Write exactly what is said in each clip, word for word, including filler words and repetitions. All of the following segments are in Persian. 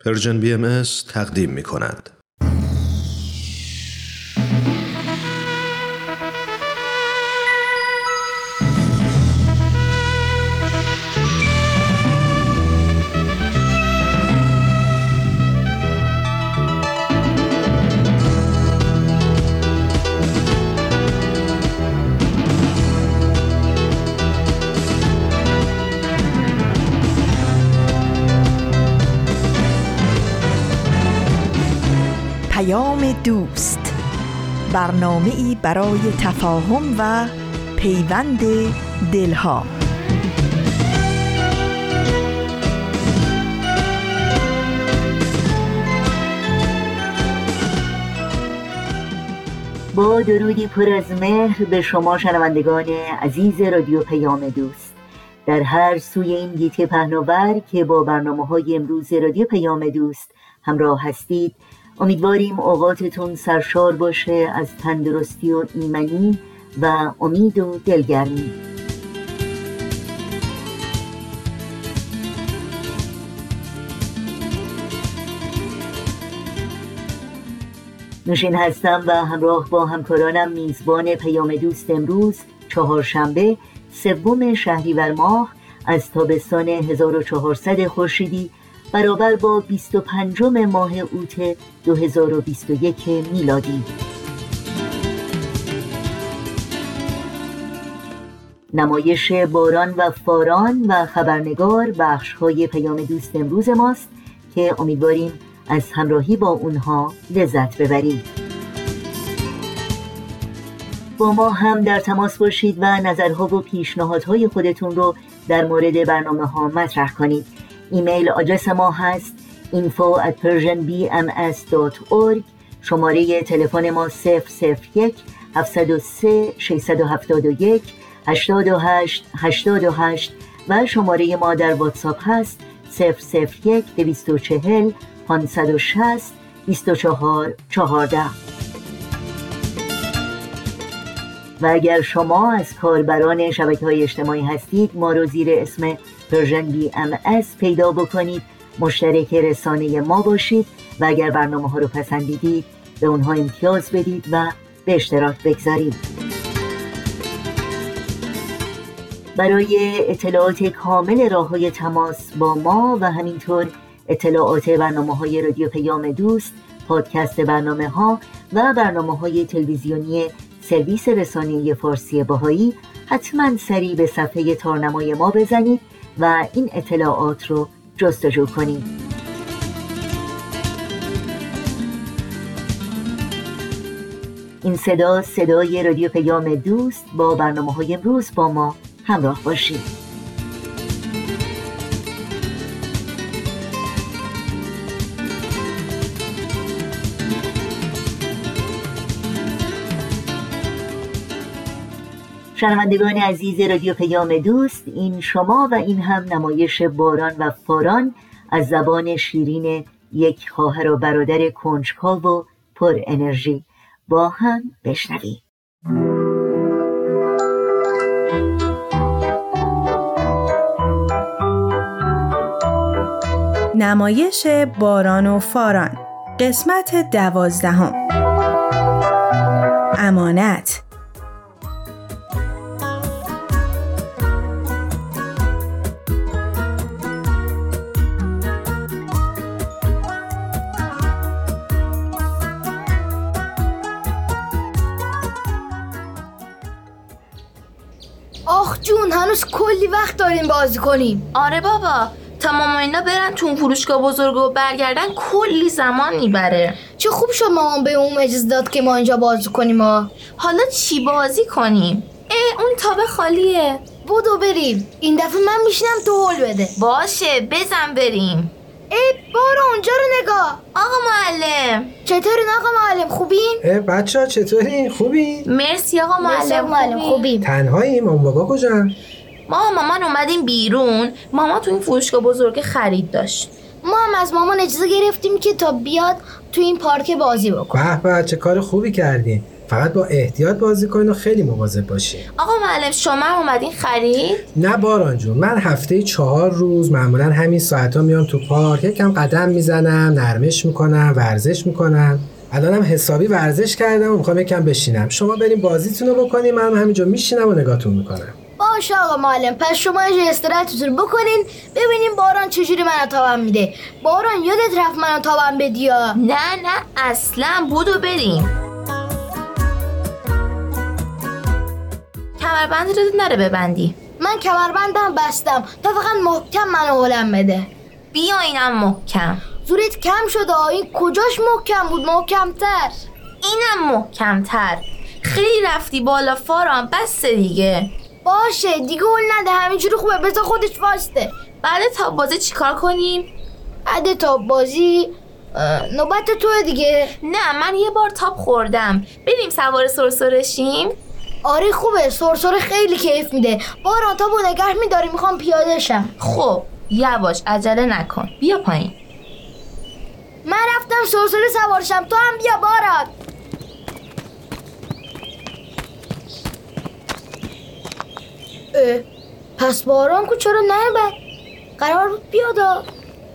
پرژن بی ام اس تقدیم می کند. دوست، برنامه‌ای برای تفاهم و پیوند دلها. با درودی پر از مهر به شما شنوندگان عزیز رادیو پیام دوست در هر سوی این گیتی پهناور که با برنامه‌های امروز رادیو پیام دوست همراه هستید، امیدواریم اوقاتتون سرشار باشه از تندرستی و ایمنی و امید و دلگرمی. نوشین هستم و همراه با همکارانم میزبان پیام دوست امروز چهارشنبه سوم شهریور ماه از تابستان هزار و چهارصد خورشیدی برابر با بیست و پنجم ماه اوت دو هزار و بیست و یک میلادی. نمایش باران و فاران و خبرنگار بخش‌های پیام دوست امروز ماست که امیدواریم از همراهی با اونها لذت ببرید. با ما هم در تماس باشید و نظرها و پیشنهادهای خودتون رو در مورد برنامه‌ها مطرح کنید. ایمیل آدرس ما هست info at persian b m s dot org. شماره تلفن ما صفر صفر یک هفت صفر سه شش هفت یک هشت هشت هشت هشت و شماره ما در واتساپ هست صفر صفر یک دویست و چهل پانصد و شصت بیست و چهار چهارده. و اگر شما از کاربران شبکه‌های اجتماعی هستید، ما رو زیر اسم پرژن بی ام اس پیدا بکنید، مشترک رسانه ما باشید و اگر برنامه ها رو پسندیدید به اونها امتیاز بدید و به اشتراک بگذارید. برای اطلاعات کامل راه‌های تماس با ما و همینطور اطلاعات برنامه‌های رادیو پیام دوست، پادکست برنامه‌ها و برنامه‌های تلویزیونی سرویس رسانه‌ای فارسی بهایی، حتما سری به صفحه تارنمای ما بزنید و این اطلاعات رو جستجو کنید. این صدا صدای رادیو پیام دوست. با برنامه‌های امروز با ما همراه باشید. شنوندگان عزیز رادیو پیام دوست، این شما و این هم نمایش باران و فاران از زبان شیرین یک خواهر و برادر کنجکاو و پر انرژی. با هم بشنویم. نمایش باران و فاران، قسمت دوازدهم. امانت. آخ جون، هنوز کلی وقت داریم بازی کنیم. آره بابا، تمام اینا برن تو فروشگاه بزرگ و برگردن کلی زمان میبره. چه خوب شد مامان به اون اجازه داد که ما اینجا بازی کنیم. ها حالا چی بازی کنیم؟ اه اون تابه خالیه. بودو بریم. این دفعه من میشینم تو هول بده. باشه بزن بریم. ای بارو اونجا رو نگاه. آقا معلم چطورین آقا معلم؟ خوبین؟ اه بچه ها چطورین؟ خوبین؟ مرسی آقا معلم. معلم خوبین؟ تنهایی؟ مامان بابا کجا؟ ما مامان اومدیم بیرون. ماما تو این فروشگاه بزرگ خرید داشت. ما هم از مامان اجازه گرفتیم که تا بیاد تو این پارک بازی بکن. به به چه کار خوبی کردین. فقط با احتیاط بازی کنین و خیلی مواظب باشین. آقا معلم شما اومدین خرید؟ نه باران جون، من هفته چهار روز معمولا همین ساعتا میام تو پارک، یکم قدم میزنم، نرمش میکنم، ورزش میکنم. الانم حسابی ورزش کردم و میخوام یکم بشینم. شما بریم بازیتون رو بکنین، من همینجا میشینم و نگاهتون میکنم. باشه آقا معلم، پس شما یه استراحتتون بکنین ببینیم باران چجوری منو تاون میده. باران یادت رفت منو تاون بدی یا؟ نه نه اصلا، بودو بریم. کمربند رو نره ببندی. من کمربندم بستم تا فقط محکم منو هلم بده. بیا اینم محکم. زورت کم شده، این کجاش محکم بود؟ محکمتر. اینم محکمتر. خیلی رفتی بالا فاران، بس دیگه. باشه دیگه هول نده، همینجوری خوبه، بذار خودش واسته. بعد تا بازی چیکار کنیم؟ بعد تا بازی نوبت توه دیگه. نه من یه بار تاپ خوردم، بریم سوار سرسرشیم. آره خوبه، سرسره خیلی کیف میده. باران تا با نگه میداری، میخوام پیاده شم. خب یواش، عجله نکن، بیا پایین. من رفتم سرسره سوارشم، تو هم بیا باران. اه پس باران کو چرا نمیاد؟ قرار بود بیاد.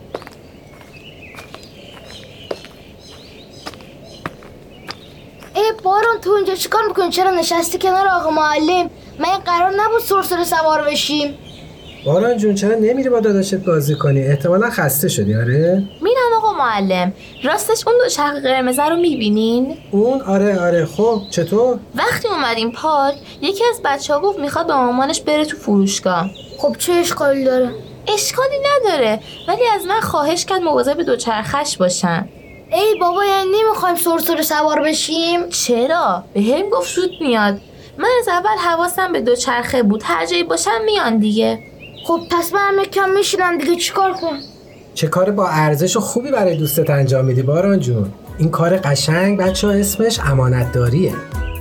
ای باران تو اینجا چیکار میکنی؟ چرا نشستی کنار آقا معلم؟ من قرار نبود سرسره سوار بشیم. باران جون چرا نمیری با داداشت بازی کنی؟ احتمالا خسته شدی. آره میرم آقا معلم. راستش اون دو چرخ قرمز رو میبینین؟ اون آره آره. خب چطور؟ وقتی اومدیم پارک یکی از بچه‌ها گفت میخواد با مامانش بره تو فروشگاه. خب چه اشکالی داره؟ اشکالی نداره، ولی از من خواهش کرد مواظب دوچرخش باشم. ای بابا یعنی نمیخوایم سرسره سوار بشیم؟ چرا؟ به هم گفت زود میاد. من از اول حواسم به دوچرخه بود، هر جایی باشم میان دیگه. خب پس من هم یکم میشینم دیگه، چیکار کنم؟ چه کار با ارزش و خوبی برای دوستت انجام میدی باران جون. این کار قشنگ بچه ها اسمش امانتداریه.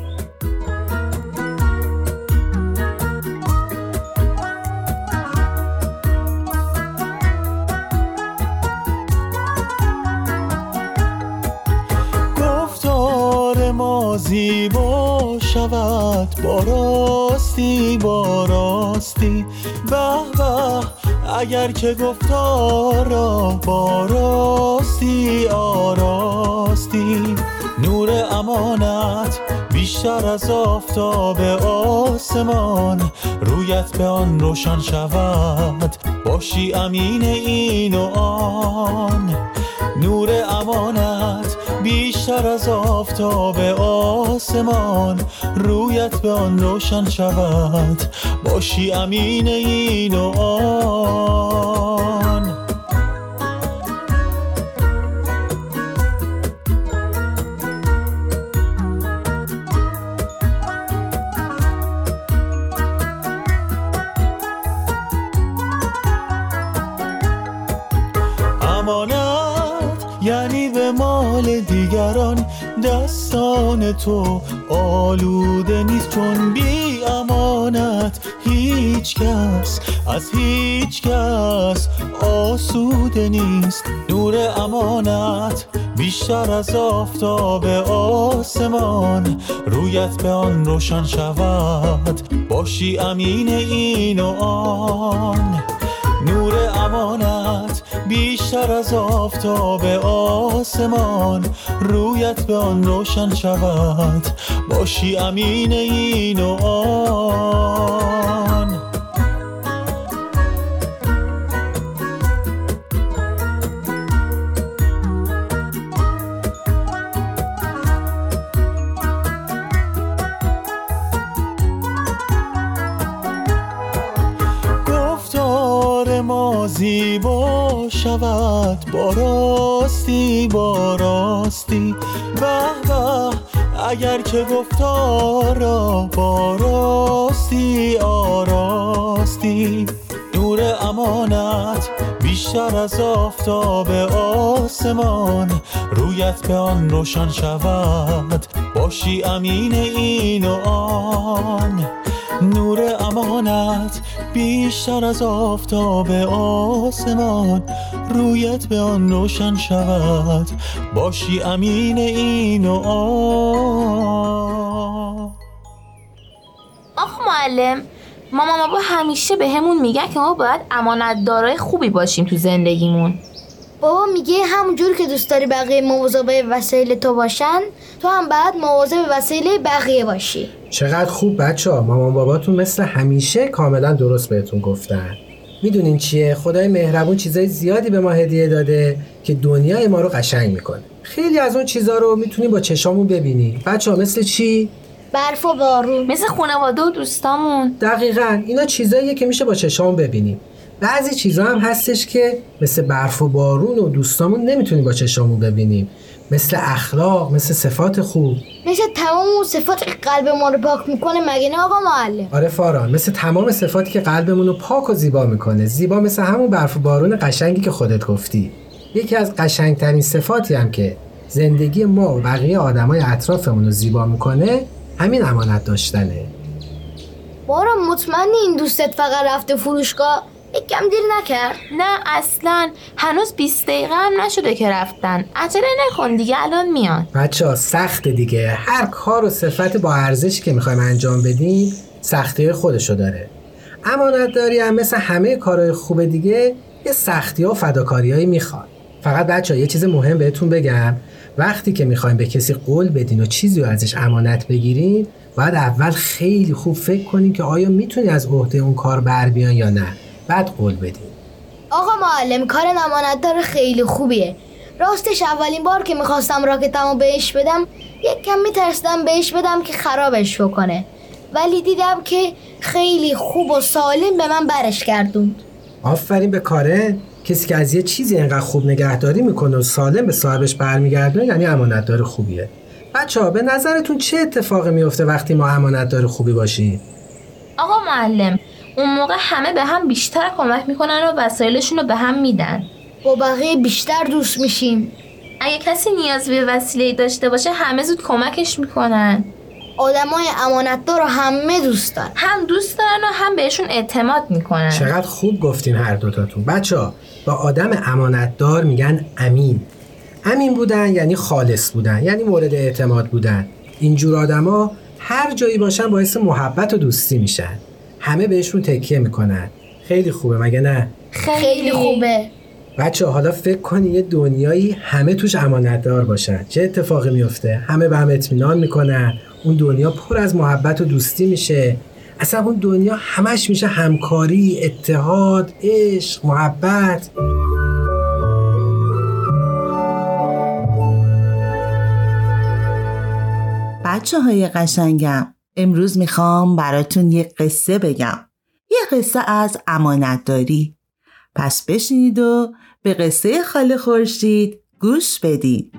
گفتار ما زیبا شود با راستی با راستی، به به اگر که گفتار را با راستی آراستی. نور امانت بیشتر از آفتاب آسمان، رویت به آن روشن شود باشی امین این و آن. نور امانت بیشتر از آفتاب آسمان، رویت به آن روشن شود باشی امین این و آن. امانت یعنی به مال دیگران دستان تو آلوده نیست، چون بی امانت هیچ کس از هیچ کس آسوده نیست. نور امانت بیشتر از آفتاب آسمان، رویت به آن روشن شود باشی امین این و آن. نور امانت بیشتر از آفتاب آسمان، رویت به آن روشن شود باشی امین این و آن. زیبا شود با راستی با راستی، به به اگر که گفتار را با راستی آراستی. نور امانت بیشتر از آفتاب آسمان، رویت به آن روشن شود باشی امین این و آن. نور امانت بیشتر از آفتاب آسمان، رویت به آن روشن شود، باشی امین این و آن. آخ معلم، مامان بابا همیشه به همون میگن که ما باید امانتدارای خوبی باشیم تو زندگیمون. بابا میگه همونجور که دوست داری بقیه مواظب وسایل تو باشن، تو هم باید مواظب وسایل بقیه باشی. چقدر خوب بچه‌ها، مامان باباتون مثل همیشه کاملا درست بهتون گفتن. میدونین چیه؟ خدای مهربون چیزای زیادی به ما هدیه داده که دنیای ما رو قشنگ میکنه. خیلی از اون چیزا رو میتونیم با چشامون ببینیم. بچه‌ها مثل چی؟ برف و بارون. مثل خانواده و دوستامون. دقیقاً اینا چیزاییه که میشه با چشامون ببینیم. بعضی چیزا هم هستش که مثل برف و بارون و دوستامون نمیتونیم با چشامون ببینیم، مثل اخلاق، مثل صفات خوب، مثل تمام اون صفات که قلب ما رو پاک میکنه. مگه نه آقا معلم؟ آره فاران، مثل تمام صفاتی که قلبمون رو پاک و زیبا میکنه. زیبا مثل همون برف و بارون قشنگی که خودت گفتی. یکی از قشنگترین صفاتی هم که زندگی ما و بقیه آدمای اطرافمون رو زیبا میکنه همین امانت داشتنه. بارا مطمئنی این دوستت فقط رفته فروشگاه؟ یکم دیر نکرد؟ نه اصلا، هنوز بیست دقیقه هم نشده که رفتن. عجله نکن دیگه، الان میان. بچه‌ها سخته دیگه، هر کار و صفت با ارزشی که میخوایم انجام بدیم سختی‌های خودشو داره. امانتداری هم مثل همه کارهای خوب دیگه یه سختی‌ها و فداکاریایی میخواد. فقط بچه‌ها یه چیز مهم بهتون بگم، وقتی که میخوایم به کسی قول بدین و چیزی رو ازش امانت بگیرین، باید اول خیلی خوب فکر کنین که آیا میتونی از عهده اون کار بر بیان یا نه، بعد قول بدین. آقا معلم کار امانتدار خیلی خوبیه. راستش اولین بار که میخواستم راکتمو بهش بدم یک کم میترسیدم بهش بدم که خرابش بکنه، ولی دیدم که خیلی خوب و سالم به من برش گردوند. آفرین به کاره. کسی که از یه چیزی انقدر خوب نگهداری میکنه و سالم به صاحبش برمیگردونه یعنی امانتدار خوبیه. بچه‌ها به نظرتون چه اتفاقی میفته وقتی ما امانتدار خوبی باشیم؟ آقا معلم، اون موقع همه به هم بیشتر کمک میکنن و وسایلشون رو به هم میدن. با بقیه بیشتر دوست میشیم. اگه کسی نیاز به وسیله داشته باشه همه زود کمکش میکنن. آدمای امانتدار رو همه دوست دارن. هم دوست دارن و هم بهشون اعتماد میکنن. چقدر خوب گفتین هر دوتاتون. بچه‌ها با آدم امانتدار میگن امین. امین بودن یعنی خالص بودن، یعنی مورد اعتماد بودن. اینجور آدما هر جایی باشن باعث محبت و دوستی میشن. همه بهشون تکیه میکنن. خیلی خوبه مگه نه؟ خیلی خوبه. بچه‌ها حالا فکر کنی یه دنیایی همه توش امانتدار باشن، چه اتفاقی میفته؟ همه به هم اطمینان میکنن، اون دنیا پر از محبت و دوستی میشه. اصلا اون دنیا همش میشه همکاری، اتحاد، عشق، محبت. بچه های قشنگم، امروز میخوام براتون یه قصه بگم. یه قصه از امانتداری. پس بشینید و به قصه خاله خورشید گوش بدید.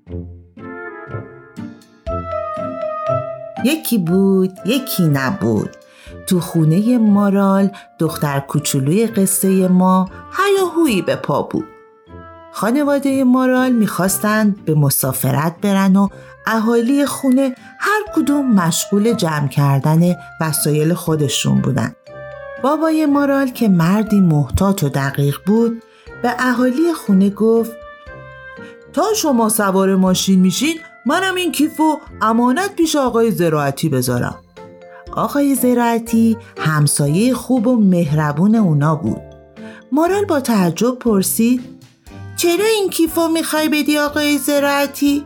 یکی بود یکی نبود. تو خونه مارال دختر کوچولوی قصه ما هیاهویی به پا بود. خانواده مارال میخواستند به مسافرت برن و اهالی خونه هر کدوم مشغول جمع کردن وسایل خودشون بودن. بابای مارال که مردی محتاط و دقیق بود به اهالی خونه گفت تا شما سوار ماشین میشین منم این کیفو امانت پیش آقای زراعتی بذارم. آقای زراعتی همسایه خوب و مهربون اونا بود. مارال با تعجب پرسید چرا این کیفو میخوای بدی آقای زراعتی؟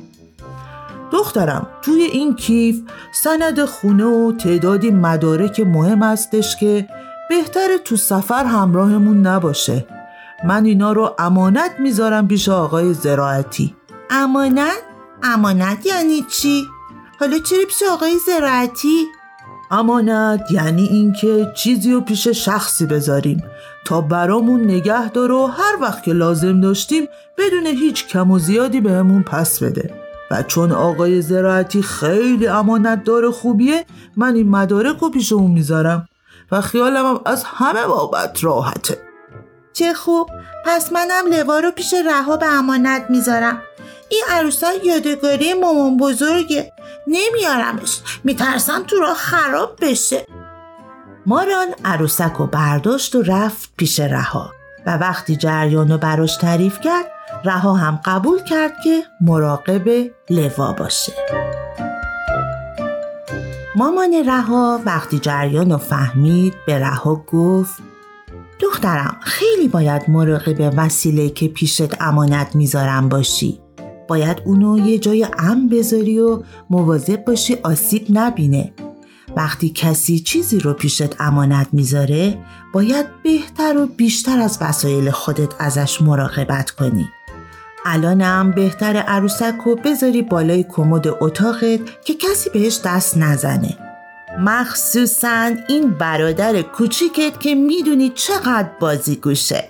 دخترم توی این کیف سند خونه و تعدادی مدارک مهم هستش که بهتره تو سفر همراهمون نباشه. من اینا رو امانت میذارم پیش آقای زراعتی. امانت؟ امانت یعنی چی؟ حالا چرا پیش آقای زراعتی؟ امانت یعنی این که چیزی رو پیش شخصی بذاریم تا برامون نگه داره و هر وقت که لازم داشتیم بدون هیچ کم و زیادی بهمون پس بده. و چون آقای زراعتی خیلی امانتدار خوبیه من این مدارک رو پیش اون میذارم و خیالم هم از همه بابت راحته. چه خوب، پس منم لوا رو پیش رهاب امانت میذارم. این عروسا یادگاری مامان بزرگه، نمیارمش، میترسم تو راه خراب بشه. مارال عروسک رو برداشت و رفت پیش رها و وقتی جریان رو براش تعریف کرد، رها هم قبول کرد که مراقب لوا باشه. مامان رها وقتی جریان رو فهمید به رها گفت دخترم خیلی باید مراقب وسیله که پیشت امانت میذارم باشی. باید اونو یه جای امن بذاری و مواظب باشی آسیب نبینه. وقتی کسی چیزی رو پیشت امانت میذاره باید بهتر و بیشتر از وسایل خودت ازش مراقبت کنی. الانم بهتر عروسک رو بذاری بالای کمد اتاقت که کسی بهش دست نزنه. مخصوصاً این برادر کوچیکت که میدونی چقدر بازیگوشه.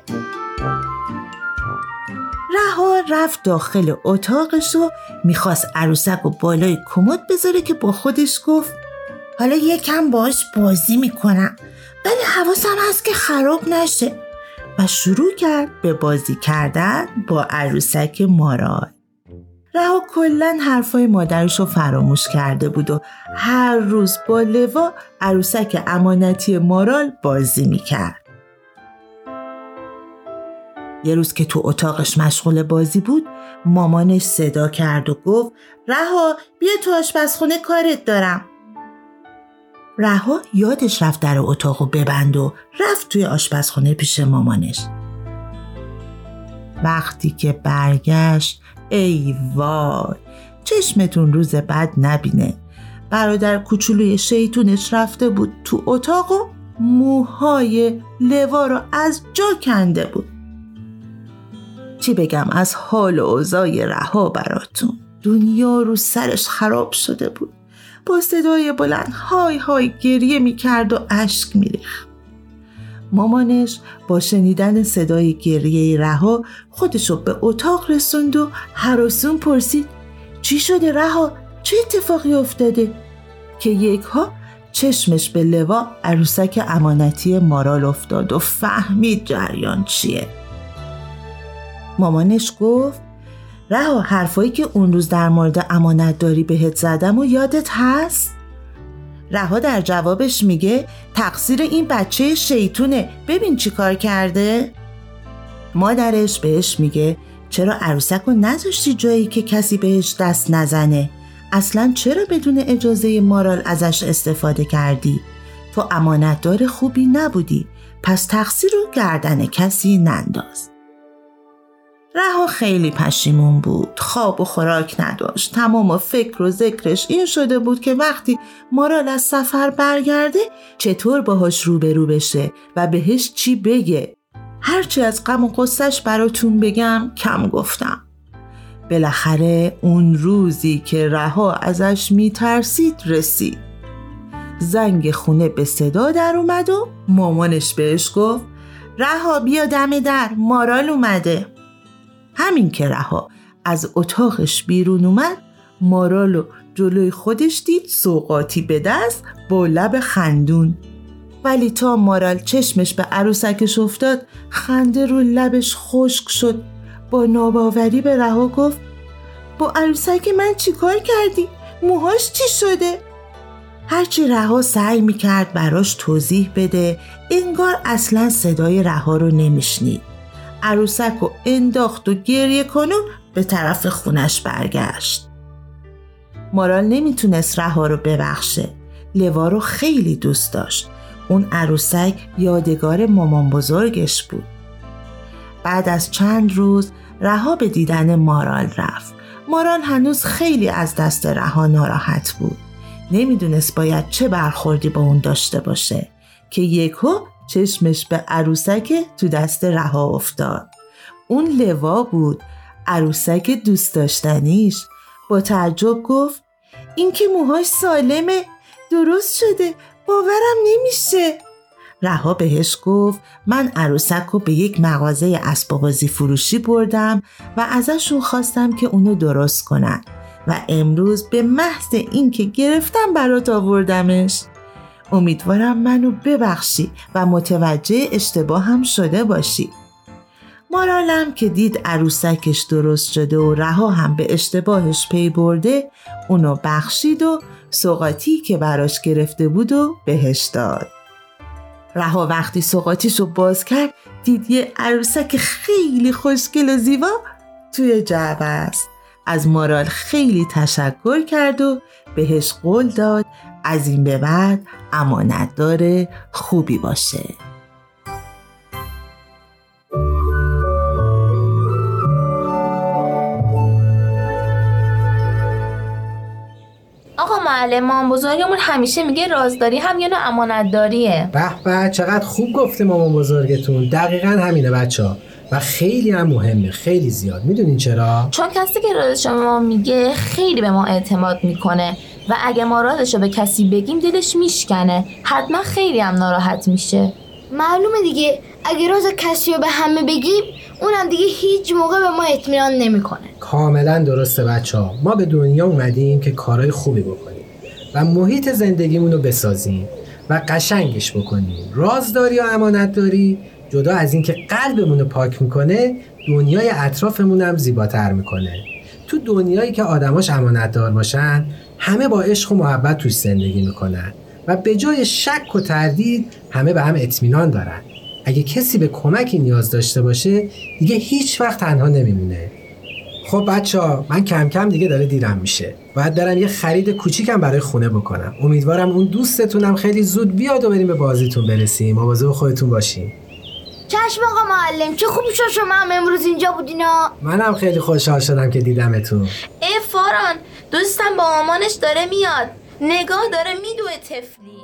رها رفت داخل اتاقش و میخواست عروسک رو بالای کمد بذاره که با خودش گفت حالا یکم باش بازی میکنم ولی حواسم هست که خراب نشه و شروع کرد به بازی کردن با عروسک مارال. رها کلن حرفای مادرش رو فراموش کرده بود و هر روز با لوا عروسک امانتی مارال بازی میکرد. یه روز که تو اتاقش مشغول بازی بود مامانش صدا کرد و گفت رها بیا تو آشپزخونه کارت دارم. رها یادش رفت در اتاقو ببند و رفت توی آشپزخونه پیش مامانش. وقتی که برگشت ای وای چشمتون روز بد نبینه. برادر کوچولوی شیطونش رفته بود تو اتاق و موهای لوا رو از جا کنده بود. چی بگم از حال و اوضاع رها براتون. دنیا رو سرش خراب شده بود. با صدای بلند های های گریه میکرد و اشک میریخت. مامانش با شنیدن صدای گریه رها خودشو به اتاق رسوند و هراسون پرسید چی شده رها؟ چه اتفاقی افتاده؟ که یکها چشمش به لوا عروسک امانتی مارال افتاد و فهمید جریان چیه. مامانش گفت رها حرفایی که اون روز در مورد امانت داری بهت زدم و یادت هست؟ رها در جوابش میگه تقصیر این بچه شیطونه، ببین چی کار کرده؟ مادرش بهش میگه چرا عروسک رو نذاشتی جایی که کسی بهش دست نزنه؟ اصلا چرا بدون اجازه مارال ازش استفاده کردی؟ تو امانتدار خوبی نبودی، پس تقصیر رو گردن کسی ننداز. رها خیلی پشیمون بود، خواب و خوراک نداشت. تمام فکر و ذکرش این شده بود که وقتی مارال از سفر برگرده چطور باهاش روبرو بشه و بهش چی بگه. هرچی از غم و غصه‌اش براتون بگم کم گفتم. بالاخره اون روزی که رها ازش میترسید رسید. زنگ خونه به صدا در اومد و مامانش بهش گفت رها بیا دم در، مارال اومده. همین که رها از اتاقش بیرون اومد مارالو جلوی خودش دید سوغاتی به دست با لب خندون. ولی تا مارال چشمش به عروسکش افتاد خنده رو لبش خشک شد. با ناباوری به رها گفت با عروسک من چی کار کردی؟ موهاش چی شده؟ هرچی رها سعی میکرد براش توضیح بده انگار اصلا صدای رها رو نمیشنید. عروسک رو انداخت و گریه کنون به طرف خونش برگشت. مارال نمیتونست رها رو ببخشه. لوا رو خیلی دوست داشت. اون عروسک یادگار مامان بزرگش بود. بعد از چند روز رها به دیدن مارال رفت. مارال هنوز خیلی از دست رها ناراحت بود. نمیدونست باید چه برخوردی با اون داشته باشه که یکو چشمش به عروسک تو دست رها افتاد. اون لوا بود، عروسک دوست داشتنیش. با تعجب گفت این که موهاش سالمه، درست شده، باورم نمیشه. رها بهش گفت من عروسک رو به یک مغازه اسباب بازی فروشی بردم و ازشون خواستم که اونو درست کنن و امروز به محض این که گرفتم برات آوردمش. امیدوارم منو ببخشی و متوجه اشتباهم شده باشی. مارالم که دید عروسکش درست شده و رها هم به اشتباهش پی برده اونو بخشید و سوغاتی که براش گرفته بود و بهش داد. رها وقتی سوغاتیش رو باز کرد دید یه عروسک خیلی خوشگل و زیبا توی جعبه است. از مارال خیلی تشکر کرد و بهش قول داد از این به بعد امانتدار خوبی باشه. آقا معلم، مامان بزرگمون همیشه میگه رازداری هم یه نوع امانتداریه. به به، چقدر خوب گفته مامان بزرگتون. دقیقاً همینه بچه‌ها و خیلی هم مهمه، خیلی زیاد. میدونین چرا؟ چون کسی که رازش به ما میگه خیلی به ما اعتماد میکنه و اگه ما رازشو به کسی بگیم دلش میشکنه، حتما خیلی هم ناراحت میشه. معلومه دیگه، اگه راز کسی رو به همه بگیم اونم دیگه هیچ موقع به ما اطمینان نمیکنه. کاملا درسته بچه‌ها. ما به دنیا اومدیم که کارهای خوبی بکنیم و محیط زندگیمون رو بسازیم و قشنگش بکنیم. رازداری و امانتداری جدا از این که قلبمون رو پاک میکنه، دنیای اطرافمون هم زیباتر میکنه. تو دنیایی که آدماش امانتدار باشن، همه با عشق و محبت توش زندگی میکنن و به جای شک و تردید همه به هم اطمینان دارن. اگه کسی به کمکی نیاز داشته باشه دیگه هیچ وقت تنها نمیمونه. خب بچه‌ها، من کم کم دیگه داره دیرم میشه. باید برم یه خرید کوچیکم برای خونه بکنم. امیدوارم اون دوستتونم خیلی زود بیاد و بریم به بازیتون برسیم. مواظب خودتون باشین. چشم آقا معلم، چه خوب شد شما هم امروز اینجا بودینا. منم خیلی خوشحال شدم که دیدمتون. ای فاران، دوستم با مامانش داره میاد. نگاه داره میدوه طفلی.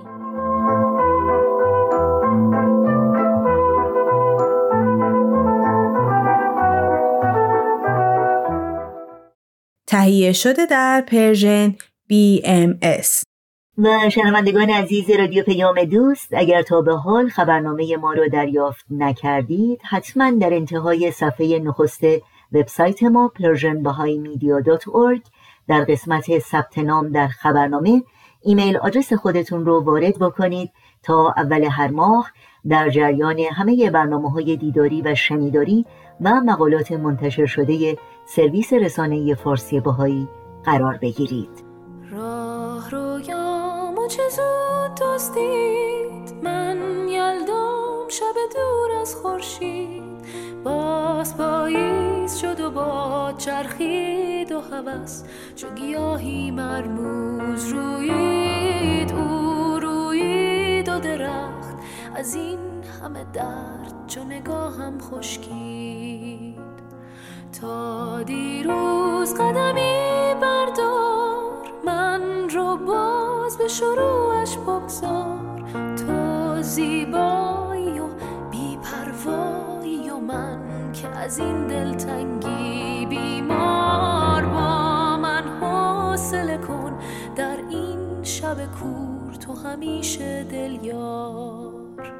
تهیه شده در پرژن بی ام اس. و شنوندگان عزیز رادیو پیام دوست، اگر تا به حال خبرنامه ما رو دریافت نکردید، حتما در انتهای صفحه نخست وبسایت ما پرژن بهایی مدیا دات اورگ در قسمت ثبت نام در خبرنامه ایمیل آدرس خودتون رو وارد بکنید تا اول هر ماه در جریان همه برنامه‌های دیداری و شنیداری و مقالات منتشر شده سرویس رسانه فارسی بهایی قرار بگیرید. راه رویامو چه زود دزدید، من یلدام شب دور از خورشید، باز پاییز شد و باد چرخید و هوس چو گیاهی مرموز رویید، او رویید و درخت از این همه درد چو نگاهم خشکید. تا دیروز قدمی بردار، من رو باز به شروعش بگذار، تو زیبایی و بی‌پروایی و من که از این دلتنگی بیمار، با من حوصله کن در این شب کور تو همیشه دل یار.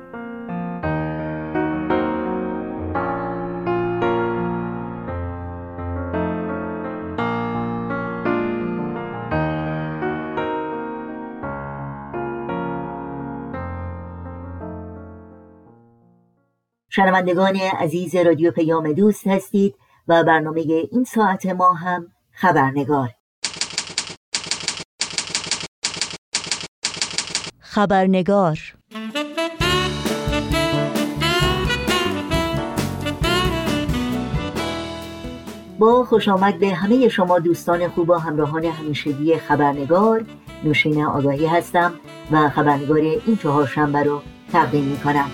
شنوندگان عزیز رادیو پیام دوست هستید و برنامه این ساعت ما هم خبرنگار. خبرنگار با خوش آمد به همه شما دوستان خوب و همراهان همیشگی خبرنگار. نوشین آگاهی هستم و خبرنگار این چهارشنبه رو تقدیم می کنم.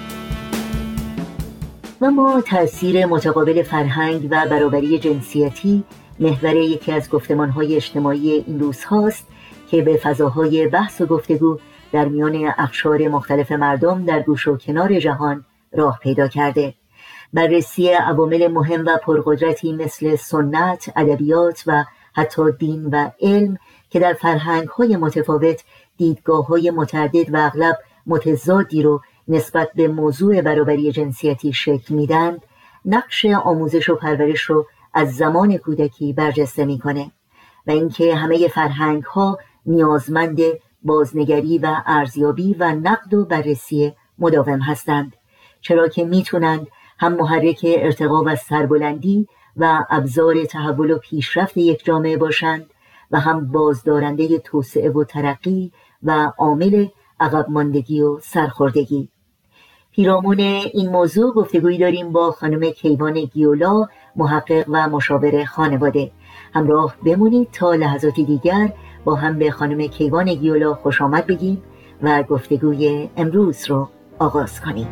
و ما تأثیر متقابل فرهنگ و برابری جنسیتی محور یکی از گفتمان‌های اجتماعی این روزهاست که به فضاهای بحث و گفتگو در میان اقشار مختلف مردم در گوش و کنار جهان راه پیدا کرده. بررسی عوامل مهم و پرقدرتی مثل سنت، ادبیات و حتی دین و علم که در فرهنگ‌های متفاوت دیدگاه‌های متعدد و اغلب متضادی رو نسبت به موضوع برابری جنسیتی شکل میدن، نقش آموزش و پرورش رو از زمان کودکی برجسته میکنه و اینکه همه فرهنگ‌ها نیازمند بازنگری و ارزیابی و نقد و بررسی مداوم هستند، چرا که میتونند هم محرک ارتقا و سربلندی و ابزار تحول و پیشرفت یک جامعه باشند و هم بازدارنده توسعه و ترقی و عامل عقب ماندگی و سرخوردگی. پیرامون این موضوع گفتگویی داریم با خانم کیوان گیولا، محقق و مشاور خانواده. همراه بمونید تا لحظاتی دیگر با هم به خانم کیوان گیولا خوش آمد بگیم و گفتگوی امروز رو آغاز کنیم.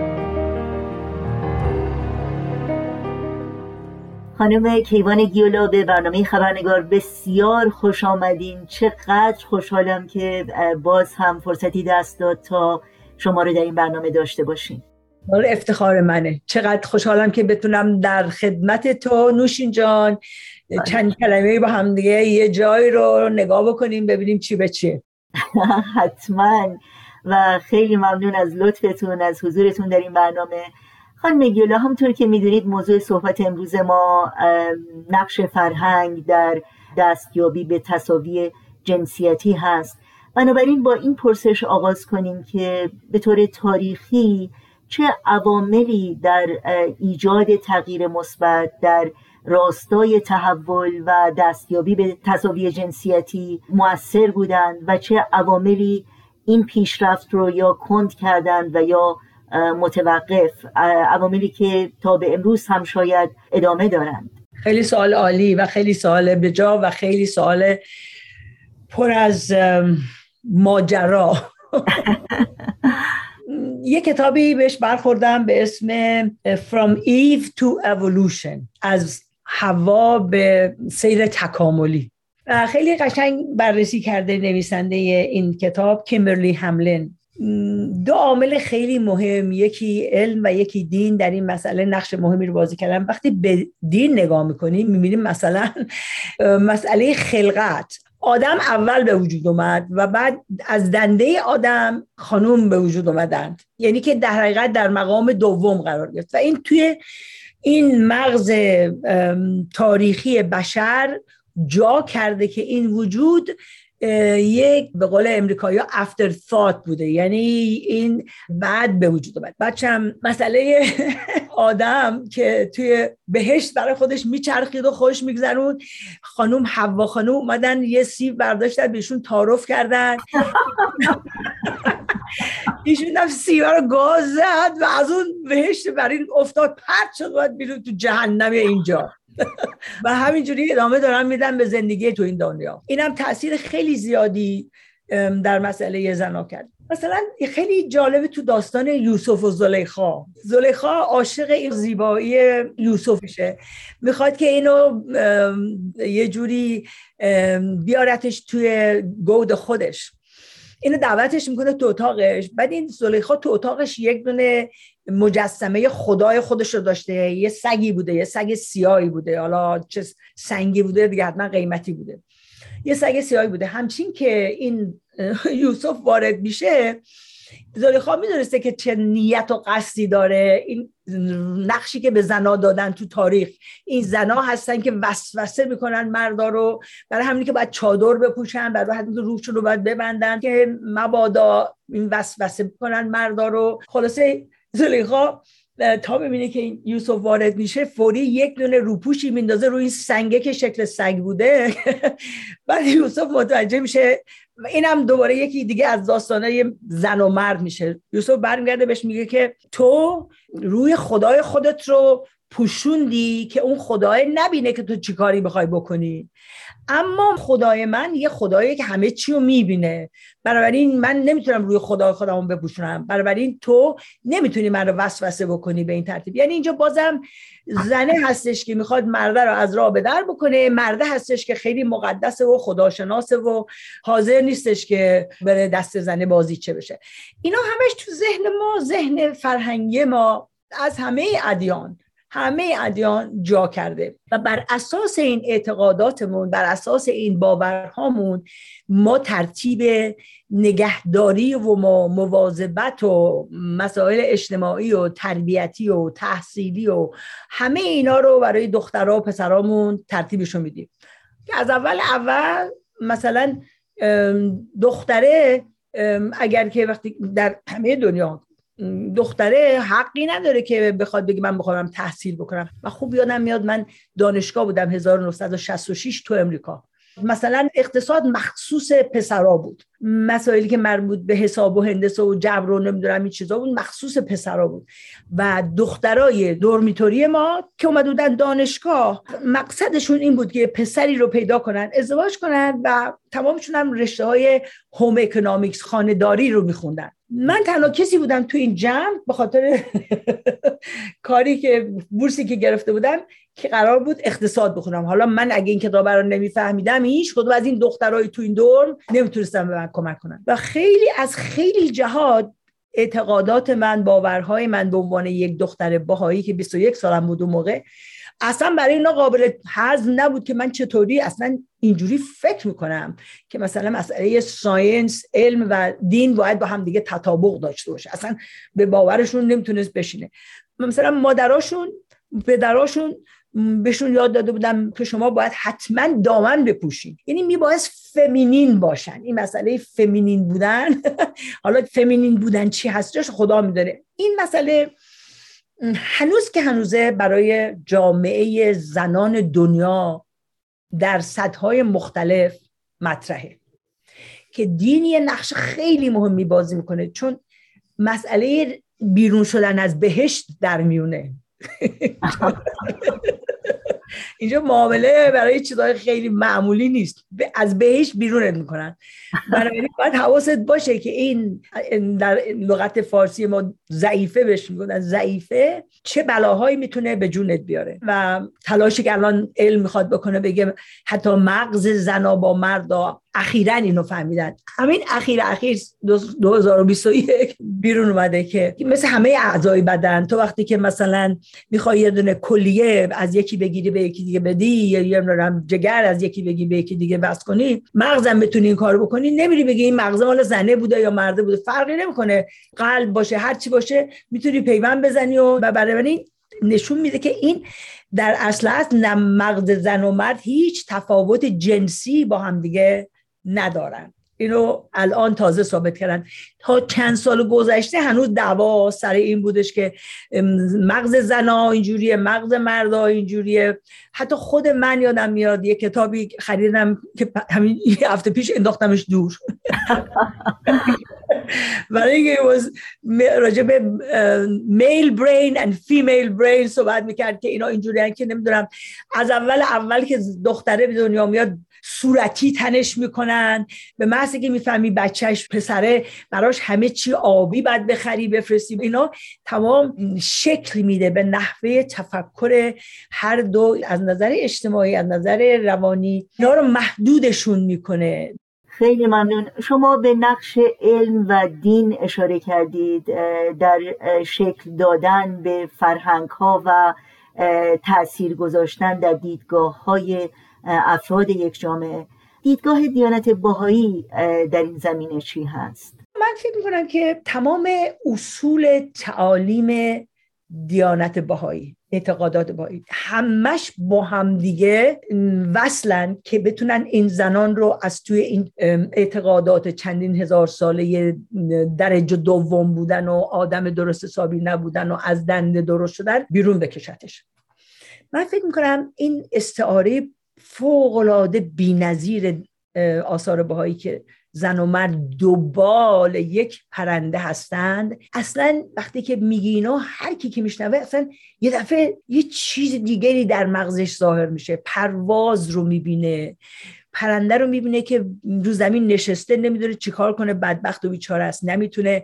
خانم کیوان گیولا، به برنامه خبرنگار بسیار خوش آمدین. چقدر خوشحالم که باز هم فرصتی دست داد تا شما رو در این برنامه داشته باشیم. حالا افتخار منه. چقدر خوشحالم که بتونم در خدمت تو نوشین جان چند کلمه با هم دیگه یه جای رو نگاه بکنیم ببینیم چی به چیه. حتما. و خیلی ممنون از لطفتون، از حضورتون در این برنامه. خانم گیولا، همونطور که میدونید موضوع صحبت امروز ما نقش فرهنگ در دستیابی به تساوی جنسیتی هست. بنابراین با این پرسش آغاز کنیم که به طور تاریخی چه عواملی در ایجاد تغییر مثبت در راستای تحول و دستیابی به تساوی جنسیتی مؤثر بودند و چه عواملی این پیشرفت رو یا کند کردند و یا متوقف، عواملی که تا به امروز هم شاید ادامه دارند. خیلی سوال عالی و خیلی سوال بجا و خیلی سوال پر از ماجرا. یه کتابی بهش برخوردم به اسم From Eve to Evolution، از حوا به سیر تکاملی. خیلی قشنگ بررسی کرده نویسنده این کتاب کیمبرلی هملین. دو عامل خیلی مهم، یکی علم و یکی دین، در این مسئله نقش مهمی رو بازی کردن. وقتی به دین نگاه میکنیم میبینیم مثلا مسئله خلقت، آدم اول به وجود اومد و بعد از دنده آدم خانوم به وجود اومدند، یعنی که در حقیقت در مقام دوم قرار گرفت و این توی این مغز تاریخی بشر جا کرده که این وجود یک به قول امریکایی‌ها افتر thought بوده، یعنی این بعد به وجود اومد. بچم مسئله آدم که توی بهشت برای خودش میچرخید و خوش میگذرون، خانوم حوا خانوم اومدن یه سیب برداشتن بهشون تعارف کردن، ایشون هم سیب رو گاز زد و از اون بهشت بر این افتاد، پرت شد و بیرون تو جهنم اینجا و همینجوری ادامه دارن میدن به زندگی تو این دنیا. اینم تأثیر خیلی زیادی در مسئله زنا کرد. مثلا خیلی جالبه تو داستان یوسف و زلیخا، زلیخا عاشق این زیبایی یوسف میشه، میخواد که اینو یه جوری بیارتش توی گود خودش، اینو دعوتش میکنه تو اتاقش. بعد این زلیخا تو اتاقش یک دونه مجسمه خدای خودش رو داشته، یه سگی بوده، یه سگ سیاهی بوده، حالا چه سنگی بوده دیگه، حتما قیمتی بوده، یه سگ سیاهی بوده. همچین که این یوسف وارد میشه، زلیخا میدونسته که چه نیت و قصدی داره. این نقشی که به زنا دادن تو تاریخ، این زنا هستن که وسوسه میکنن مردا رو، برای همینی که باید چادر بپوشن، برای همین که روحشون رو باید ببندن که مبادا این وسوسه میکنن مردا رو. خلاصه زلیخا تا ببینه که یوسف وارد میشه فوری یک دونه روپوشی میندازه روی این سنگه که شکل سگ بوده. بعد یوسف متوجه میشه و اینم دوباره یکی دیگه از داستانای زن و مرد میشه. یوسف برمیگرده بهش میگه که تو روی خدای خودت رو پوشوندی که اون خدای نبینه که تو چی کاری بخوای بکنی، اما خدای من یه خدایی که همه چی رو میبینه، بنابراین من نمیتونم روی خدای خودمون بپوشونم، بنابراین تو نمیتونی من رو وسوسه بکنی به این ترتیب. یعنی اینجا بازم زنه هستش که میخواد مرده رو از راه به در بکنه، مرده هستش که خیلی مقدسه و خداشناسه و حاضر نیستش که بره دست زنه بازی چه بشه. اینا همش تو ذهن ما، ذهن فرهنگی ما از همه ادیان همه ادیان جا کرده و بر اساس این اعتقاداتمون، بر اساس این باورهامون، ما ترتیب نگهداری و ما مواظبت و مسائل اجتماعی و تربیتی و تحصیلی و همه اینا رو برای دخترها و پسرامون ترتیبشو میدیم. که از اول اول مثلا دختره اگر که وقتی در همه دنیا دختره حقی نداره که بخواد بگه من بخوام تحصیل بکنم. و خوب یادم میاد من دانشگاه بودم هزار و نهصد و شصت و شش تو امریکا مثلا اقتصاد مخصوص پسرا بود، مسائلی که مربوط به حساب و هندسه و جبر و نمیدونم این چیزا بود مخصوص پسرا بود و دخترای دورمیتوری ما که اومده بودن دانشگاه مقصدشون این بود که پسری رو پیدا کنن، ازدواج کنن و تمامشون هم رشته های هوم اکونومیکس، خانه‌داری رو میخوندن. من تنها کسی بودم تو این جمع به خاطر کاری که بورسی که گرفته بودم که قرار بود اقتصاد بخونم. حالا من اگه این کتاب رو نمیفهمیدم هیچ کدوم از این دخترای تو این دورم نمیتونستم به من کمک کنن و خیلی از خیلی جهات اعتقادات من، باورهای من به عنوان یک دختر بهایی که بیست و یک سالم بود اون موقع اصلا برای اینا قابل هضم نبود که من چطوری اصلا اینجوری فکر میکنم که مثلا مسئله ساینس، علم و دین باید با هم دیگه تطابق داشته باشه. اصلا به باورشون نمیتونست بشینه. مثلا مادراشون، پدراشون بهشون یاد داده بودم که شما باید حتما دامن بپوشین، یعنی میباید فمینین باشن. این مسئله فمینین بودن حالا فمینین بودن چی هستش خدا میدونه. این مسئله هنوز که هنوزه برای جامعه زنان دنیا در سطح‌های مختلف مطرحه که دین یه نقش خیلی مهمی بازی میکنه، چون مسئله بیرون شدن از بهشت در میونه اینجا معامله برای چیزای خیلی معمولی نیست، از بهشت بیرونت میکنن. بنابراین باید حواست باشه که این در لغت فارسی ما ضعیفه بهش میگن، ضعیفه چه بلاهایی میتونه به جونت بیاره. و تلاشی که الان علم میخواد بکنه بگه حتی مغز زنا با مردا اخیراً اینو فهمیدن، همین اخیر اخیر دو هزار و بیست و یک بیرون اومده که مثل همه اعضای بدن تو وقتی که مثلا میخوای یه دونه کلیه از یکی بگیری به یکی دیگه بدی، یا یه نورم جگر از یکی بگی به یکی دیگه بس کنی، مغزم بتونی این کارو بکنی، نمیری بگی این مغز مال زنه بوده یا مرده بوده، فرقی نمیکنه، قلب باشه هر چی باشه میتونی پیوند بزنی. و برای نشون میده که این در اصل است نه مغز زن و مرد هیچ تفاوت جنسی با هم دیگه ندارن. اینو الان تازه ثابت کردن. تا چند سال گذشته هنوز دعوا سر این بودش که مغز زنا اینجوریه، مغز مردا اینجوریه. حتی خود من یادم میاد یه کتابی خریدم که همین هفته پیش انداختمش دور برای اینکه راجع به میل برین and فیمیل برین صحبت میکرد که اینا اینجوریه که نمیدونم از اول اول که دختره به دنیا میاد صورتی تنش میکنن، به محض که میفهمی بچهش پسره براش همه چی آبی باید بخری بفرستی. اینا تمام شکل میده به نحوه تفکر هر دو از نظر اجتماعی، از نظر روانی، اینا رو محدودشون میکنه. خیلی ممنون. شما به نقش علم و دین اشاره کردید در شکل دادن به فرهنگ ها و تأثیر گذاشتن در دیدگاه های افراد یک جامعه. دیدگاه دیانت بهایی در این زمینه چی هست؟ من فکر میکنم که تمام اصول تعالیم دیانت بهایی، اعتقادات بهایی، همش با هم دیگه وصلن که بتونن این زنان رو از توی این اعتقادات چندین هزار ساله درجه دوم بودن و آدم درست حسابی نبودن و از دنده درست شدن بیرون بکشتش. من فکر میکنم این استعاره فوق‌العاده بی‌نظیر آثار بهایی که زن و مرد دوبال یک پرنده هستند، اصلا وقتی که میگی اینا هر کی که میشنوه اصلا یه دفعه یه چیز دیگری در مغزش ظاهر میشه. پرواز رو میبینه، پرنده رو میبینه که رو زمین نشسته نمیدونه چیکار کنه، بدبخت و بیچاره است، نمیتونه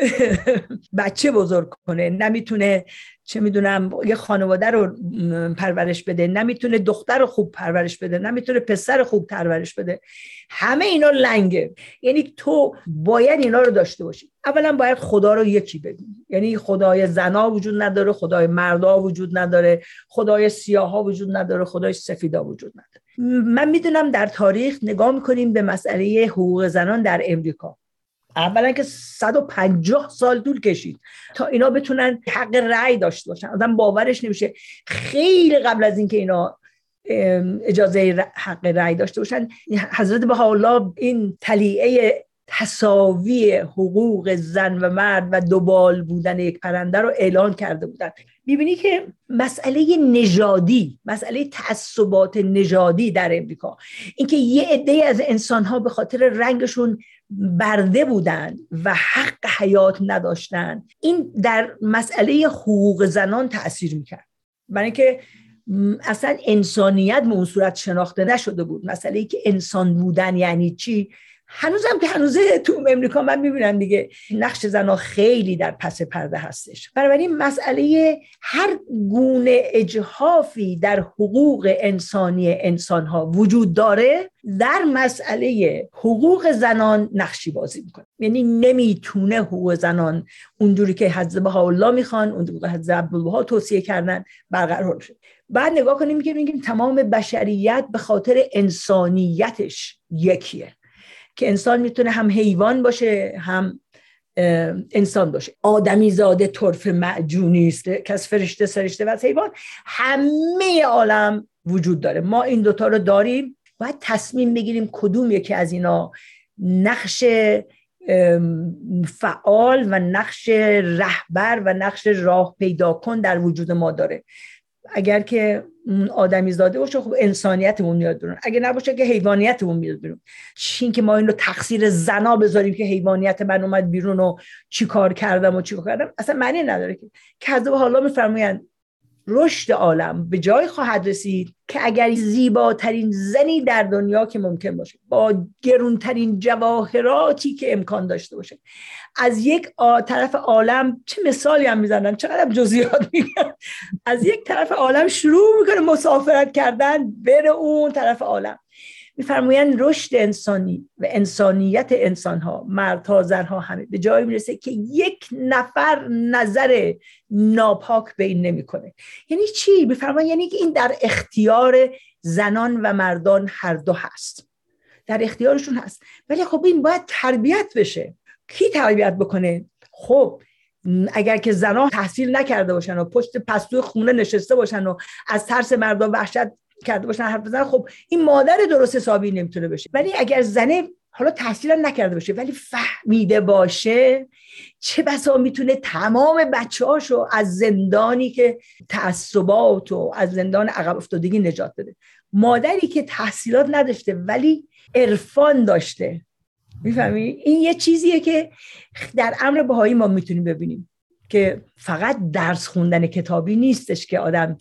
بچه بزرگ کنه، نمیتونه چه میدونم یه خانواده رو پرورش بده، نمیتونه دختر رو خوب پرورش بده، نمیتونه پسر خوب پرورش بده. همه اینا لنگه. یعنی تو باید اینا رو داشته باشی. اولا باید خدا رو یکی بدونی، یعنی خدای زنا وجود نداره، خدای مردا وجود نداره، خدای سیاها وجود نداره، خدای سفیدا وجود نداره. من میدونم در تاریخ نگاه میکنیم به مسئله حقوق زنان در امریکا، اولا که صد و پنجاه سال طول کشید تا اینا بتونن حق رأی داشته باشن. آدم باورش نمیشه خیلی قبل از اینکه اینا اجازه حق رأی داشته باشن حضرت بهاءالله این طلیعه تساوی حقوق زن و مرد و دوبال بودن یک پرنده رو اعلان کرده بودن. میبینی که مسئله نژادی، مسئله تعصبات نژادی در امریکا، اینکه یه عده از انسان‌ها به خاطر رنگشون برده بودن و حق حیات نداشتن، این در مسئله حقوق زنان تأثیر میکرد، برای اینکه اصلا انسانیت به اون صورت شناخته نشده بود. مسئله ای که انسان بودن یعنی چی، هنوزم که هنوزه تو امریکا من میبینم دیگه نقش زنها خیلی در پس پرده هستش. بنابراین مسئله هر گونه اجحافی در حقوق انسانی انسانها وجود داره، در مسئله حقوق زنان نقشی بازی میکنه. یعنی نمیتونه حقوق زنان اونجوری که حضرت بهاءالله میخوان، اونجوری که حضرت عبدالبها توصیه کردن برقرار شه. بعد نگاه کنیم که میگیم تمام بشریت به خاطر انسانیتش یکیه، که انسان میتونه هم حیوان باشه هم انسان باشه. آدمی زاده طرف معجونی است که از فرشته سرشته و از حیوان، همه عالم وجود داره. ما این دوتا رو داریم، باید تصمیم بگیریم کدوم یکی از اینا نقش فعال و نقش رهبر و نقش راه پیدا کن در وجود ما داره. اگر که آدمی زاده باشه خب انسانیتمون میاد بیرون، اگه نباشه که حیوانیتمون میاد بیرون. چین که ما این رو تقصیر زنا بذاریم که حیوانیت من اومد بیرون و چی کار کردم و چی کار کردم، اصلا معنی نداره. که کذب حالا میفرمایند رشد عالم به جای خواهد رسید که اگر زیباترین زنی در دنیا که ممکن باشه، با گرونترین جواهراتی که امکان داشته باشه، از یک طرف عالم، چه مثالی هم میزنن، چقدر جزئیات میگن، از یک طرف عالم شروع میکنه مسافرت کردن بره اون طرف عالم. میفرمایند رشد انسانی و انسانیت انسانها، مردها زنها، همه به جایی میرسه که یک نفر نظر ناپاک به این نمیکنه. یعنی چی؟ میفرمایند یعنی که این در اختیار زنان و مردان هر دو هست، در اختیارشون هست. ولی خب این باید تربیت بشه. کی تربیت بکنه؟ خب اگر که زنان تحصیل نکرده باشن و پشت پستوی خونه نشسته باشن و از ترس مردان وحشت کرده باشن حرف بزنن، خب این مادر درست حسابی نمیتونه بشه. ولی اگر زنه حالا تحصیل نکرده باشه ولی فهمیده باشه، چه بسا میتونه تمام بچه‌هاشو از زندانی که تعصبات و از زندان عقب افتادگی نجات بده. مادری که تحصیلات نداشته ولی عرفان داشته، میفهمی؟ این یه چیزیه که در امر بهایی ما میتونیم ببینیم که فقط درس خوندن کتابی نیستش که آدم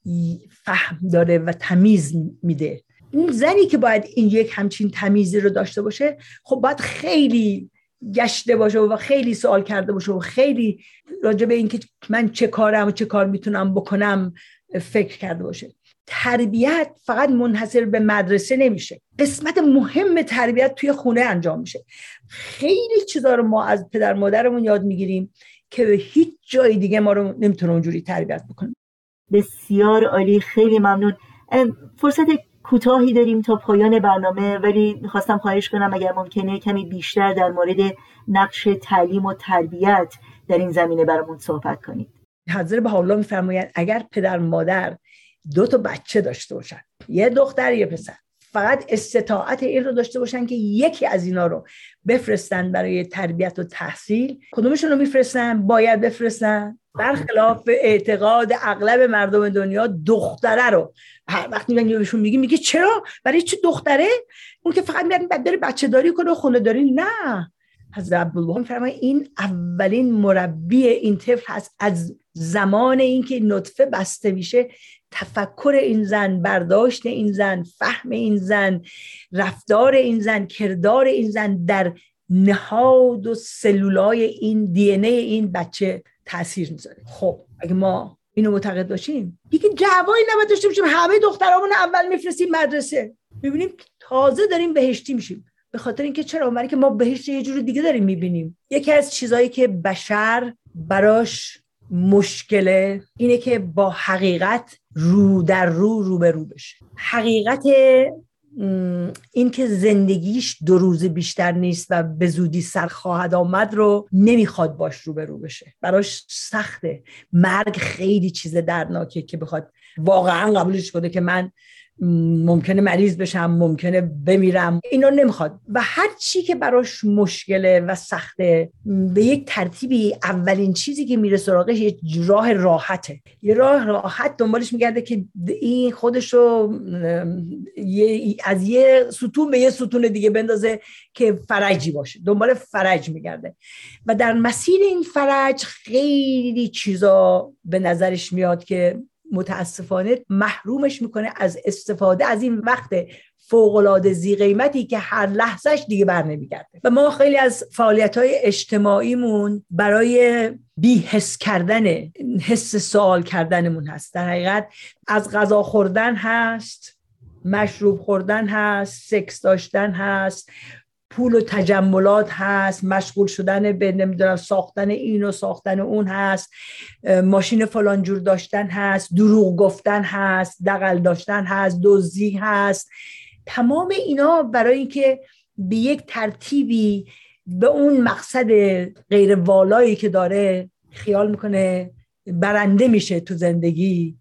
فهم داره و تمیز میده. اون زنی که باید این یک همچین تمیزی رو داشته باشه، خب باید خیلی گشته باشه و خیلی سوال کرده باشه و خیلی راجع به این که من چه کارم و چه کار میتونم بکنم فکر کرده باشه. تربیت فقط منحصر به مدرسه نمیشه، قسمت مهم تربیت توی خونه انجام میشه. خیلی چیزا رو ما از پدر مادرمون یاد میگیریم که به هیچ جای دیگه ما رو نمیتونه اونجوری تربیت بکنه. بسیار عالی، خیلی ممنون. فرصت کوتاهی داریم تا پایان برنامه، ولی میخواستم خواهش کنم اگر ممکنه کمی بیشتر در مورد نقش تعلیم و تربیت در این زمینه برامون صحبت کنید. حضرت بهاءالله میفرمایند اگر پدر مادر دو تا بچه داشته باشن، یه دختر یه پسر، فقط استطاعت این رو داشته باشن که یکی از اینا رو بفرستن برای تربیت و تحصیل، کدومشون رو میفرستن؟ باید بفرستن. برخلاف اعتقاد اغلب مردم دنیا دختره رو هر وقتی من بهشون میگیم میگه چرا؟ برای چه دختره؟ اون که فقط میاد بعد بره بچه داری کنه و خونه داری. نه، حضرت عبدالبها میفرمایند این اولین مربی این طفل هست. از زمان اینکه نطفه بسته میشه، تفکر این زن، برداشت این زن، فهم این زن، رفتار این زن، کردار این زن در نهاد و سلولای این دی ان ای این بچه تأثیر میذاره. خب اگه ما اینو معتقد باشیم، دیگه دعوایی نباید داشته باشیم همه دخترامون اول میفرستیم مدرسه. میبینیم تازه داریم بهشتی میشیم. به خاطر اینکه چرا؟ برای که ما بهشت یه جور دیگه داریم میبینیم. یکی از چیزایی که بشر براش مشکله اینه که با حقیقت رو در رو رو به رو بشه. حقیقت این که زندگیش دو روز بیشتر نیست و به زودی سر خواهد آمد رو نمیخواد باش رو به رو بشه. براش سخته. مرگ خیلی چیز دردناکه که بخواد واقعا قبولش کنه که من ممکنه مریض بشم، ممکنه بمیرم، اینا نمیخواد. و هر چی که براش مشکله و سخته به یک ترتیبی اولین چیزی که میره سراغش یه راه راحته، یه راه راحت دنبالش میگرده که این خودشو از یه ستون به یه ستون دیگه بندازه که فرجی باشه، دنبال فرج میگرده و در مسیر این فرج خیلی چیزا به نظرش میاد که متاسفانه محرومش میکنه از استفاده از این وقت فوق‌العاده ذی قیمتی که هر لحظهش دیگه بر نمیگرده. و ما خیلی از فعالیت‌های اجتماعیمون برای بی‌حس کردن حس سوال کردنمون هست. در حقیقت از غذا خوردن هست، مشروب خوردن هست، سکس داشتن هست، پول و تجملات هست، مشغول شدن به نمیدونم ساختن این و ساختن اون هست، ماشین فلان جور داشتن هست، دروغ گفتن هست، دغل داشتن هست، دزدی هست. تمام اینا برای اینکه به یک ترتیبی به اون مقصد غیر والایی که داره خیال میکنه برنده میشه تو زندگی،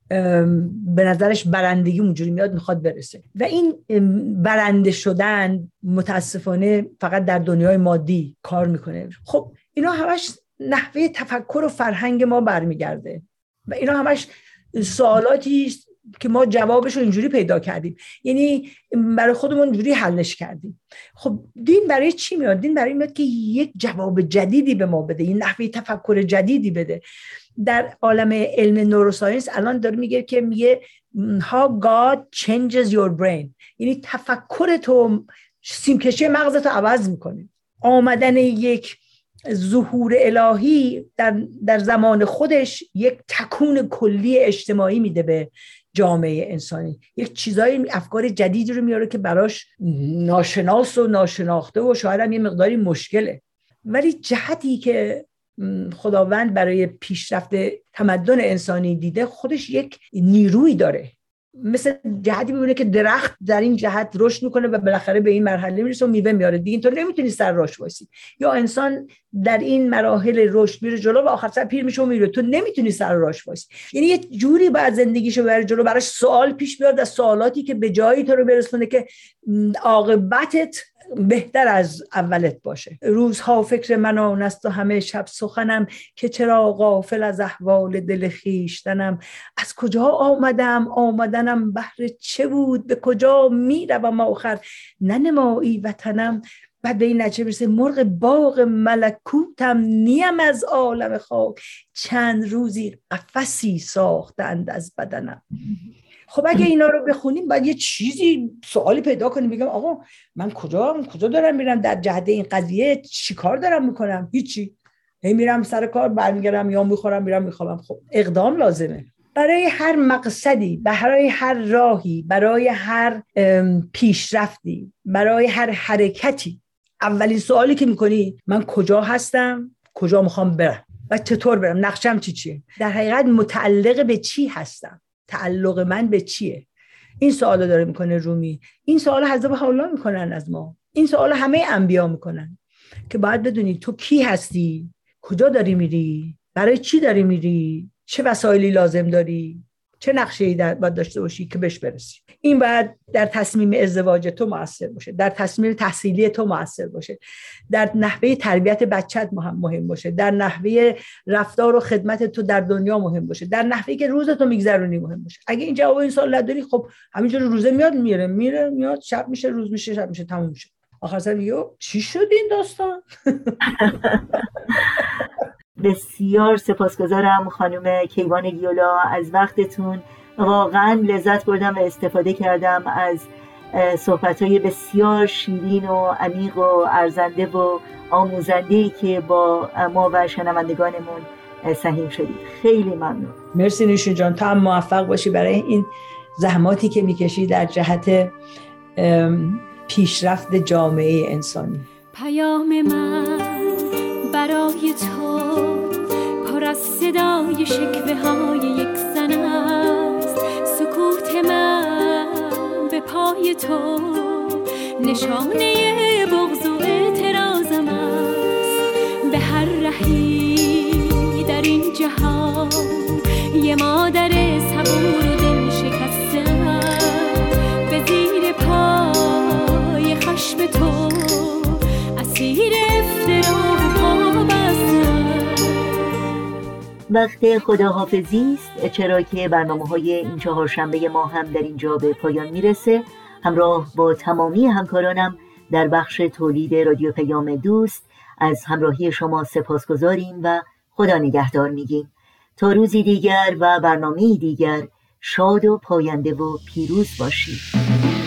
به نظرش برندگی اونجوری میاد میخواد برسه. و این برنده شدن متاسفانه فقط در دنیای مادی کار میکنه. خب اینا همش نحوه تفکر و فرهنگ ما برمیگرده و اینا همش سوالاتی که ما جوابش رو اینجوری پیدا کردیم، یعنی برای خودمون اینجوری حلش کردیم. خب دین برای چی میاد؟ دین برای میاد که یک جواب جدیدی به ما بده، این نحوه تفکر جدیدی بده. در عالم علم نوروساینس الان داره میگه که میگه how God changes your brain، یعنی تفکر تو، سیمکشی مغزت رو عوض میکنه. آمدن یک ظهور الهی در, در زمان خودش یک تکون کلی اجتماعی میده به جامعه انسانی، یک چیزای افکار جدیدی رو میاره که براش ناشناس و ناشناخته و شاید هم یه مقداری مشکله. ولی جهتی که خداوند برای پیشرفت تمدن انسانی دیده خودش یک نیروی داره، مثل جهتی میبینه که درخت در این جهت رشد میکنه و بالاخره به این مرحله میرسه و میوه میاره دیگه، تو نمیتونی سر راش وایسی. یا انسان در این مراحل رشد میره جلو و آخر سر پیر میشه و میره، تو نمیتونی سر راش وایسی. یعنی یه جوری باید زندگیشو ببره جلو، براش سوال پیش بیاد از سوالاتی که به جایی تو رو برسونه که عاقبتت بهتر از اولت باشه. روزها فکر من آن است و همه شب سخنم، که چرا غافل از احوال دل خویشتنم. از کجا آمدم آمدنم بهر چه بود، به کجا میروم آخر ننمایی وطنم. بعد به این نتیجه برسه مرغ باغ ملکوتم، نیم از عالم خاک، چند روزی قفسی ساختند از بدنم. خب اگه اینا رو بخونیم باید یه چیزی سوالی پیدا کنیم، بگم آقا من کجا کجا دارم میرم در جهت این قضیه، چی کار دارم میکنم؟ هیچی، هی میرم سر کار، برمیگردم یا میخورم میرم میخوابم. خب اقدام لازمه برای هر مقصدی، برای هر راهی، برای هر پیشرفتی، برای هر حرکتی. اولین سوالی که میکنی من کجا هستم، کجا میخوام برم و چطور برم، نقشم چی چیه، در حقیقت متعلق به چی هستم، تعلق من به چیه. این سوالو داره میکنه رومی. این سوال حضرت بهاءالله میکنن از ما، این سوال همه انبیا میکنن که باید بدونی تو کی هستی، کجا داری میری، برای چی داری میری، چه وسایلی لازم داری، چه نقشه‌ای باید داشته باشی که بهش برسی. این باید در تصمیم ازدواج تو مؤثر باشه، در تصمیم تحصیلی تو مؤثر باشه، در نحوه تربیت بچت مهم باشه، در نحوه رفتار و خدمت تو در دنیا مهم باشه، در نحوهی که روزتو میگذرونی مهم باشه. اگه این جواب این سوال نداری، خب همینجوری روزه میاد میره میره میاد، شب میشه روز میشه شب میشه تموم میشه. آخر سر میگه چی شد این داستان؟ بسیار سپاسگزارم خانم کیوان گیولا از وقتتون. واقعا لذت بردم و استفاده کردم از صحبت‌های بسیار شیرین و عمیق و ارزنده و آموزنده‌ای که با ما و شنوندگانمون سهیم شدید. خیلی ممنون. مرسی نوشین جان، تو هم موفق باشی برای این زحماتی که میکشی در جهت پیشرفت جامعه انسانی. پیام من برای تو پر از صدای شکوه های یک زن است، سکوت من به پای تو نشانه بغض و اعتراضم است. به هر رهی در این جهان یه مادر صبور و دل شکسته است. وقت خداحافظی است، چرا که برنامه‌های این چهارشنبه ما هم در اینجا به پایان میرسه. همراه با تمامی همکارانم در بخش تولید رادیو پیام دوست از همراهی شما سپاسگزاریم و خدا نگهدار میگیم. تا روزی دیگر و برنامه‌ای دیگر شاد و پاینده و پیروز باشید.